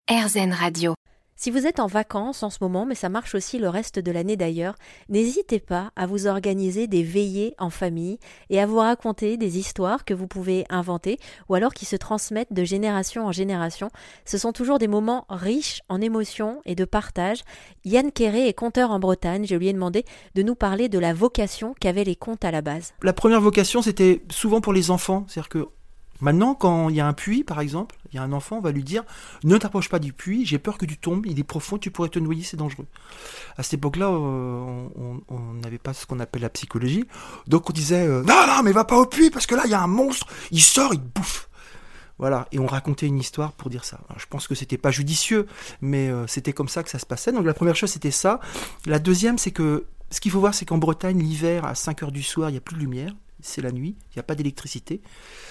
RZN Radio. Si vous êtes en vacances en ce moment, mais ça marche aussi le reste de l'année d'ailleurs, n'hésitez pas à vous organiser des veillées en famille et à vous raconter des histoires que vous pouvez inventer ou alors qui se transmettent de génération en génération. Ce sont toujours des moments riches en émotions et de partage. Yann Quéré est conteur en Bretagne. Je lui ai demandé de nous parler de la vocation qu'avaient les contes à la base. La première vocation, c'était souvent pour les enfants. C'est-à-dire que maintenant, quand il y a un puits, par exemple, il y a un enfant, on va lui dire « Ne t'approche pas du puits, j'ai peur que tu tombes, il est profond, tu pourrais te noyer, c'est dangereux. » À cette époque-là, on n'avait pas ce qu'on appelle la psychologie. Donc on disait « Non, mais va pas au puits, parce que là, il y a un monstre, il sort, il te bouffe. » Voilà, et on racontait une histoire pour dire ça. Alors, je pense que c'était pas judicieux, mais c'était comme ça que ça se passait. Donc la première chose, c'était ça. La deuxième, c'est que, ce qu'il faut voir, c'est qu'en Bretagne, l'hiver, à 5h du soir, il n'y a plus de lumière, c'est la nuit, il n'y a pas d'électricité.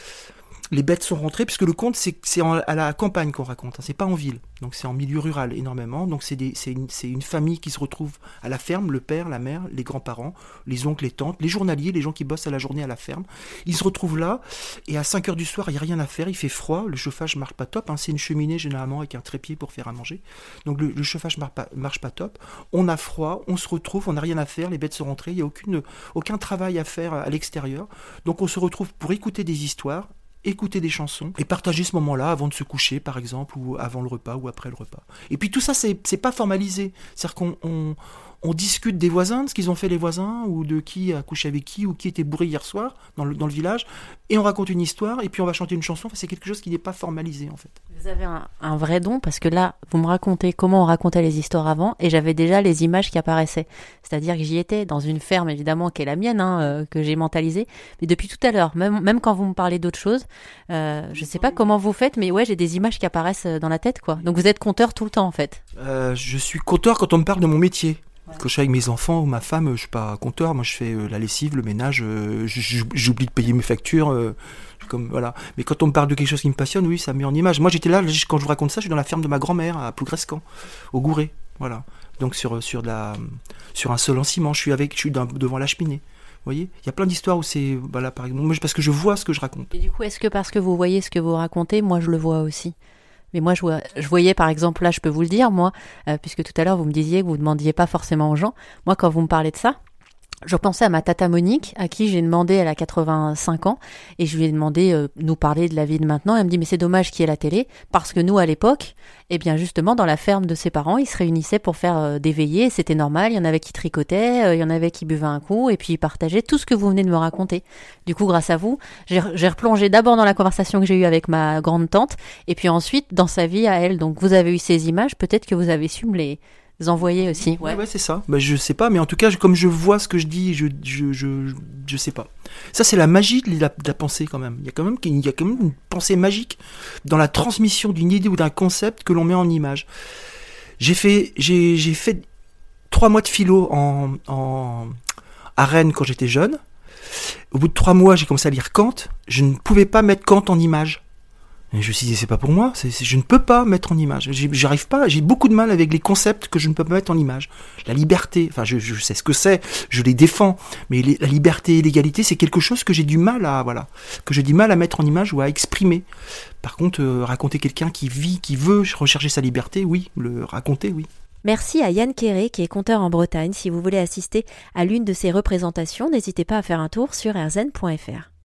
Les bêtes sont rentrées, puisque le conte, c'est à la campagne qu'on raconte, hein, c'est pas en ville. Donc c'est en milieu rural énormément. Donc c'est une famille qui se retrouve à la ferme, le père, la mère, les grands-parents, les oncles, les tantes, les journaliers, les gens qui bossent à la journée à la ferme. Ils se retrouvent là, et à 5h du soir, il n'y a rien à faire, il fait froid, le chauffage marche pas top, hein, c'est une cheminée généralement avec un trépied pour faire à manger. Donc le chauffage marche pas top, on a froid, on se retrouve, on n'a rien à faire, les bêtes sont rentrées, il n'y a aucun travail à faire à l'extérieur. Donc on se retrouve pour écouter des histoires, écouter des chansons et partager ce moment-là avant de se coucher, par exemple, ou avant le repas ou après le repas. Et puis tout ça, c'est pas formalisé. C'est-à-dire qu'on discute des voisins, de ce qu'ils ont fait les voisins, ou de qui a couché avec qui, ou qui était bourré hier soir dans le village, et on raconte une histoire, et puis on va chanter une chanson. Enfin, c'est quelque chose qui n'est pas formalisé, en fait. Vous avez un vrai don, parce que là, vous me racontez comment on racontait les histoires avant, et j'avais déjà les images qui apparaissaient. C'est-à-dire que j'y étais, dans une ferme, évidemment, qui est la mienne, que j'ai mentalisée. Mais depuis tout à l'heure, même quand vous me parlez d'autres choses, je sais pas comment vous faites, mais ouais, j'ai des images qui apparaissent dans la tête, quoi. Donc vous êtes conteur tout le temps, en fait. Je suis conteur quand on me parle de mon métier. Quand je suis avec mes enfants ou ma femme, je suis pas compteur. Moi, je fais la lessive, le ménage. J'oublie de payer mes factures. Voilà. Mais quand on me parle de quelque chose qui me passionne, oui, ça me met en image. Moi, j'étais là, quand je vous raconte ça, je suis dans la ferme de ma grand-mère à Plougrescan, au Gouret. Voilà. Donc sur un sol en ciment, je suis devant la cheminée. Vous voyez, il y a plein d'histoires où c'est, voilà, par exemple, moi, parce que je vois ce que je raconte. Et du coup, est-ce que parce que vous voyez ce que vous racontez, moi, je le vois aussi? Mais moi, je voyais, par exemple, là, je peux vous le dire, moi, puisque tout à l'heure, vous me disiez que vous ne demandiez pas forcément aux gens. Moi, quand vous me parlez de ça, je repensais à ma tata Monique, à qui j'ai demandé, elle a 85 ans, et je lui ai demandé nous parler de la vie de maintenant. Elle me dit, mais c'est dommage qu'il y ait la télé, parce que nous, à l'époque, eh bien justement, dans la ferme de ses parents, ils se réunissaient pour faire des veillées, c'était normal, il y en avait qui tricotaient, il y en avait qui buvaient un coup, et puis ils partageaient tout ce que vous venez de me raconter. Du coup, grâce à vous, j'ai replongé d'abord dans la conversation que j'ai eue avec ma grande-tante, et puis ensuite dans sa vie à elle. Donc vous avez eu ces images, peut-être que vous avez su me les envoyer aussi. Ouais, c'est ça. Je sais pas, mais en tout cas, comme je vois ce que je dis, je sais pas. Ça, c'est la magie de la pensée, quand même. Il y a quand même une pensée magique dans la transmission d'une idée ou d'un concept que l'on met en image. J'ai fait 3 mois de philo à Rennes quand j'étais jeune. Au bout de 3 mois, j'ai commencé à lire Kant. Je ne pouvais pas mettre Kant en image. Et je me suis dit, c'est pas pour moi, je ne peux pas mettre en image. J'arrive pas, j'ai beaucoup de mal avec les concepts que je ne peux pas mettre en image. La liberté, enfin, je sais ce que c'est, je les défends, mais la liberté et l'égalité, c'est quelque chose que j'ai du mal à mettre en image ou à exprimer. Par contre, raconter quelqu'un qui veut rechercher sa liberté, oui, le raconter, oui. Merci à Yann Quéré, qui est conteur en Bretagne. Si vous voulez assister à l'une de ses représentations, n'hésitez pas à faire un tour sur rzn.fr.